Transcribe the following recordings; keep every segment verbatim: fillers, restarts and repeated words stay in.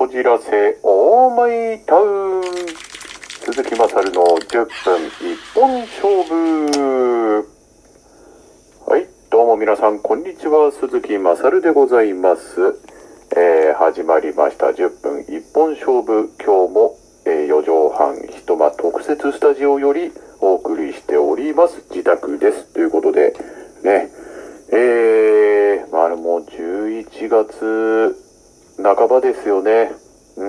じらせオーマイタウン鈴木まさるのじゅっぷん一本勝負。はい、どうも皆さんこんにちは、鈴木まさるでございます。えー、始まりましたじゅっぷん一本勝負。今日も、えー、よじょうはん一間特設スタジオよりお送りしております。自宅ですということでね、えー、まあもうじゅういちがつなかばですよね。うん。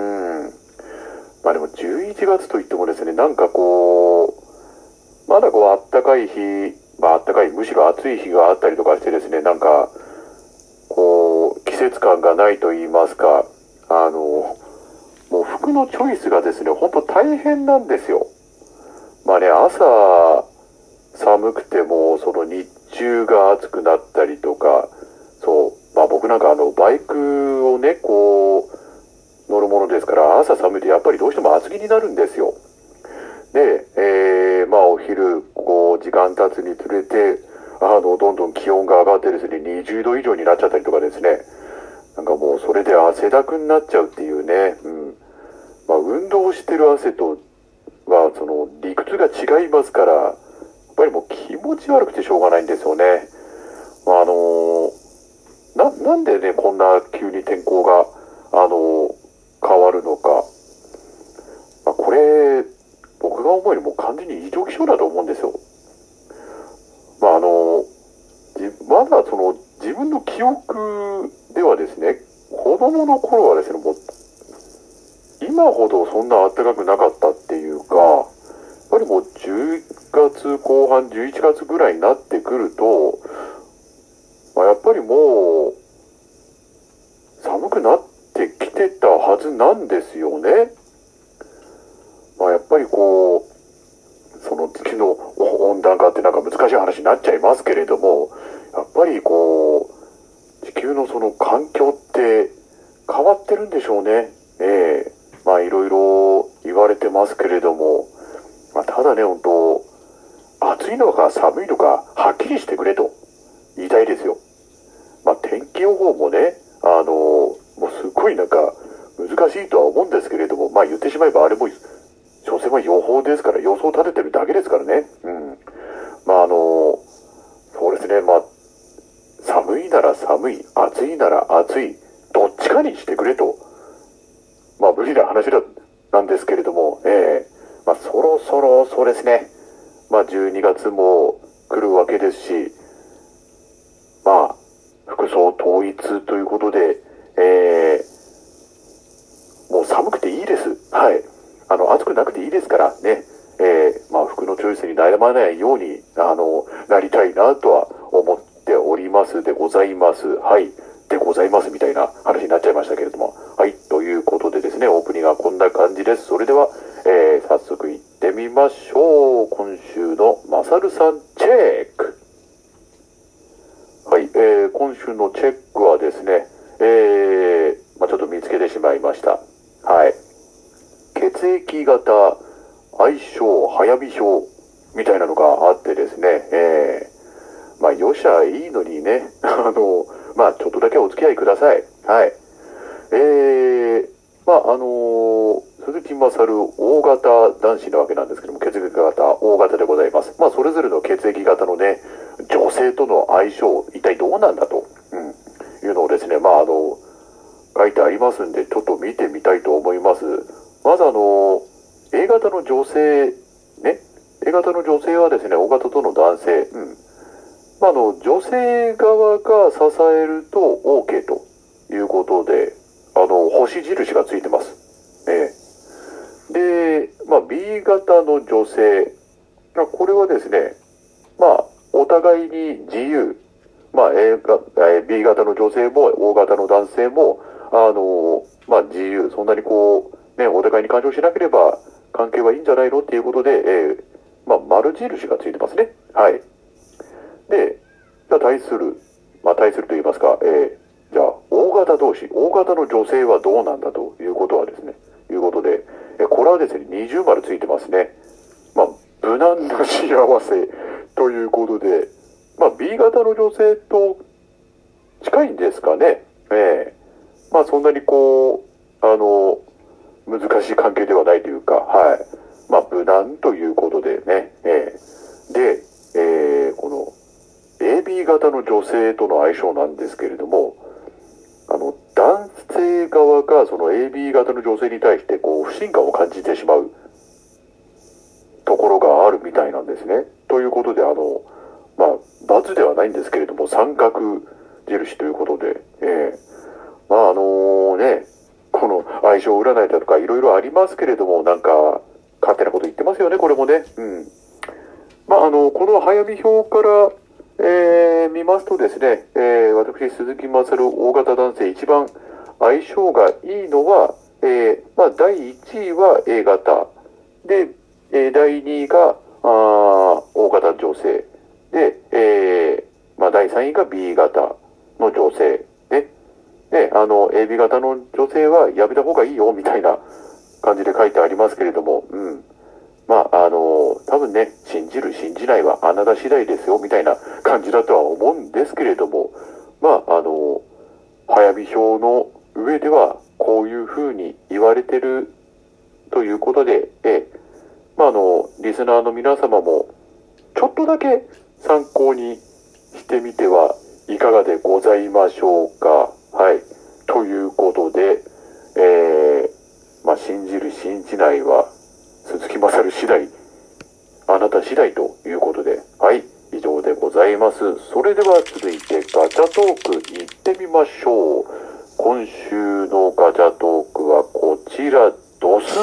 まあでもじゅういちがつといってもですね、なんかこう、まだこうあったかい日、まああったかい、むしろ暑い日があったりとかしてですね、なんか、こう、季節感がないと言いますか、あの、もう服のチョイスがですね、ほんと大変なんですよ。まあね、朝寒くても、その日中が暑くなったりとか、そう、まあ僕なんかあの、バイクをね、こう、乗るものですから、朝寒いとやっぱりどうしても厚着になるんですよ。で、えー、まあお昼、こう、時間経つにつれて、あの、どんどん気温が上がってですね、にじゅうど以上になっちゃったりとかですね、なんかもうそれで汗だくになっちゃうっていうね、うん。まあ運動してる汗とは、その理屈が違いますから、やっぱりもう気持ち悪くてしょうがないんですよね。まああのー、な、なんでね、こんな急に天候が、あのー、変わるのか。まあ、これ、僕が思うよりも完全に異常気象だと思うんですよ。まああの、まだその自分の記憶ではですね、子供の頃はですね、もう今ほどそんな暖かくなかったっていうか、やっぱりもうじゅうがつこう半、じゅういちがつぐらいになってくると、まあ、やっぱりもう寒くなってきてたはずなんですよね。まあ、やっぱりこう、その地球の温暖化ってなんか難しい話になっちゃいますけれども、やっぱりこう、地球のその環境って変わってるんでしょうね。ええまあいろいろ言われてますけれども、まあ、ただね、本当暑いのか寒いのかはっきりしてくれと言いたいですよ。まあ天気予報もね、あの、もうすっごいなんか難しいとは思うんですけれども、まあ言ってしまえばあれも所詮は予報ですから、予想を立ててるだけですからね。うん。まああの、そうですね、まあ、寒いなら寒い、暑いなら暑い、どっちかにしてくれと。まあ無理な話だなんですけれども、ええまあそろそろそうですね、まあじゅうにがつも来るわけですし、まあ、服装統一ということで、えー、もう寒くていいです。はい。あの、暑くなくていいですからね。えー、まあ、服のチョイスに悩まないように、あの、なりたいなとは思っておりますでございます。はい。でございますみたいな話になっちゃいましたけれども。はい。ということでですね、オープニングはこんな感じです。それでは、えー、早速行ってみましょう。今週のマサルさんチェック。はい、えー、今週のチェックはですね、えー、まあちょっと見つけてしまいました。はい。血液型相性早見表みたいなのがあってですね、えー、まあよしゃいいのにね、あの、まあちょっとだけお付き合いください。はい。えー、まああのー、鈴木まさる大型男子なわけなんですけども、血液型大型でございます。まあそれぞれの血液型のね、女性との相性、一体どうなんだと、うん、いうのをですね、まああの、書いてありますんで、ちょっと見てみたいと思います。まずあの、A 型の女性、ね、A 型の女性はですね、O 型との男性、うん。まああの、女性側が支えると OK ということで、あの、星印がついてます。ええ。で、まあ B 型の女性、これはですね、まあ、お互いに自由。まあ、A が、B 型の女性も O 型の男性も、あの、まあ、自由。そんなにこう、ね、お互いに干渉しなければ関係はいいんじゃないのっていうことで、えー、まあ、丸印がついてますね。はい。で、じゃあ対する、まあ、対すると言いますか、えー、じゃあ、O 型同士、O 型の女性はどうなんだということはですね、いうことで、えこれはですね、二重丸ついてますね。まあ、無難な幸せということで、まあ、B 型の女性と近いんですかね。ええまあ、そんなにこあの、難しい関係ではないというか、はい。まあ、無難ということでね、えー、で、えー、この、エービー 型の女性との相性なんですけれども、あの、男性側がその エービー 型の女性に対してこう不信感を感じてしまうところがあるみたいなんですね。ということで、あの、まあ、×ではないんですけれども、三角印ということで、えー、まああのね、この相性占いだとかいろいろありますけれども、なんか、勝手なこと言ってますよね、これもね。うん。まあ、あの、この早見表から、えー、見ますとですね、えー、私、鈴木勝大型男性一番相性がいいのは、えー、まあ、だいいちいは A 型。で、えー、だいにいが、あ大型女性。で、えー、まあ、だいさんいが B 型の女性。ね。ね、あの、エービー 型の女性はやめた方がいいよ、みたいな感じで書いてありますけれども、うん。まあ、あの、多分ね、信じる、信じないはあなた次第ですよ、みたいな感じだとは思うんですけれども、まあ、あの、早見表の上では、こういうふうに言われてるということで、ええ、まあ、あの、リスナーの皆様も、ちょっとだけ参考にしてみてはいかがでございましょうか。はい。ということで、えー、まあ、信じる、信じないは、鈴木勝次第、あなた次第ということで、はい、以上でございます。それでは続いてガチャトーク行ってみましょう。今週のガチャトークはこちら、ドス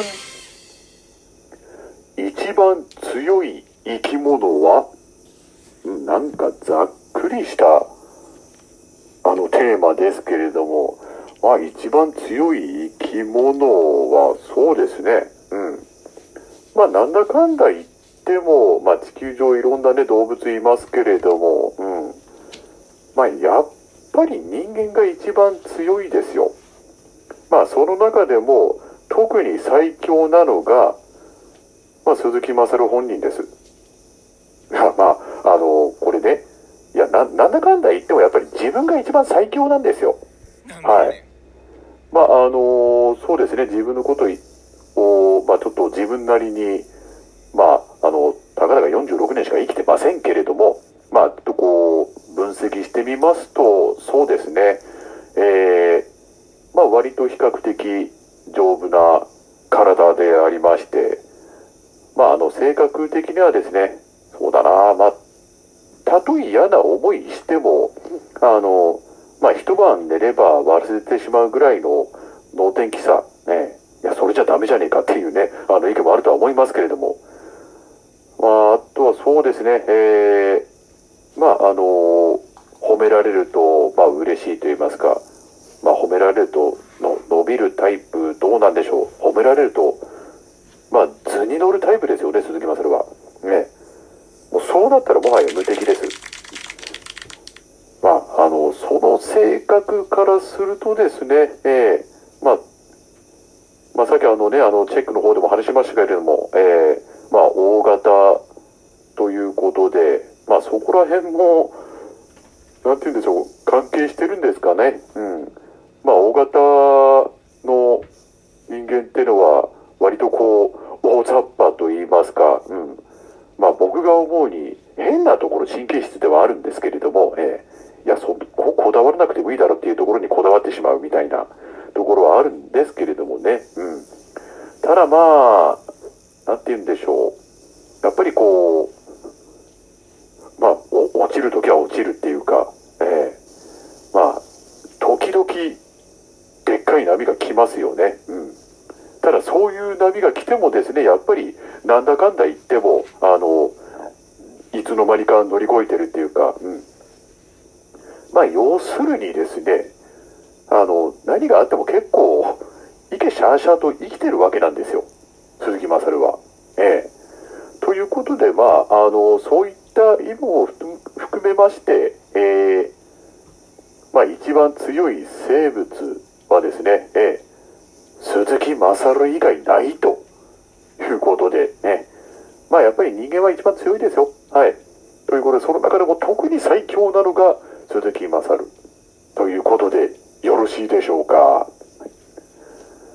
ン。一番強い生き物は、なんかざっくりしたあのテーマですけれども、まあ一番強い生き物はそうですね、うん。まあなんだかんだ言っても、まあ地球上いろんなね動物いますけれども、うん。まあやっぱり人間が一番強いですよ。まあその中でも特に最強なのが、まあ鈴木勝本人です。まあ、あの、これね、いやな、なんだかんだ言ってもやっぱり自分が一番最強なんですよ。はい。まああの、そうですね、自分のことを、まあちょっと自分なりに、まあ、あの、たかだかよんじゅうろくねんしか生きてませんけれども、まあ、とこう、分析してみますと、そうですね、えー、まあ、割と比較的丈夫な体でありまして、まあ、あの、性格的にはですね、そうだな、まあ、たとえ嫌な思いしても、あの、まあ、一晩寝れば忘れてしまうぐらいの能天気さ、ね、いや、それじゃダメじゃねえかっていうね、あの、意見もあるとは思いますけれども、まあ、あとはそうですね、えー、まあ、あのー、褒められると、まあ、嬉しいと言いますか、まあ、褒められるとの伸びるタイプ、どうなんでしょう。褒められると、まあ、図に乗るタイプですよね、鈴木まさるは。ね。もうそうなったらもはや無敵です。まあ、あの、その性格からするとですね、えー、まあ、まあ、さっきあのね、あの、チェックの方でも話しましたけれども、えー、まあ、大型ということで、まあ、そこら辺も、なんて言うんでしょう、関係してるんですかね。うん。まあ、大型の人間っていうのは、割とこう、大雑把と言いますか、うん。まあ、僕が思うに、変なところ神経質ではあるんですけれども、えー、いや、そこ、こだわらなくてもいいだろうっていうところにこだわってしまうみたいなところはあるんですけれどもね。うん。ただまあ、なんて言うんでしょう。やっぱりこう、まあ、落ちるときは落ちるっていうか、ええー、まあ、時々、でっかい波が来ますよね。うん。ただ、そういう波が来てもですね、やっぱり、なんだかんだ言っても、あの、いつの間にか乗り越えてるっていうか、うん。まあ、要するにですね、あの、何があっても結構、いけしゃーしゃーと生きてるわけなんですよ。鈴木まさるは。ええー。ということで、まあ、あの、そういった意味を含めまして、えー、まあ一番強い生物はですね、えー、鈴木まさる以外ないということでね、まあやっぱり人間は一番強いですよ。はい。ということで、その中でも特に最強なのが鈴木まさるということでよろしいでしょうか。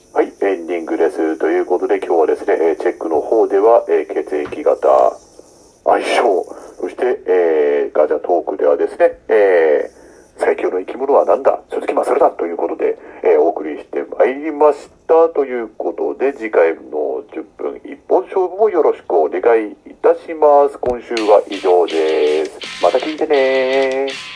はい、エンディングです。ということで今日はですね、えーチェックの方では、えー血液型、相性、そして、えーガチャトークではですね、えー最強の生き物は何だ鈴木まさるだということで、えーお送りしてまいりましたということで、次回のじゅっぷん一本勝負もよろしくお願いいたします。今週は以上です。また聞いてねー。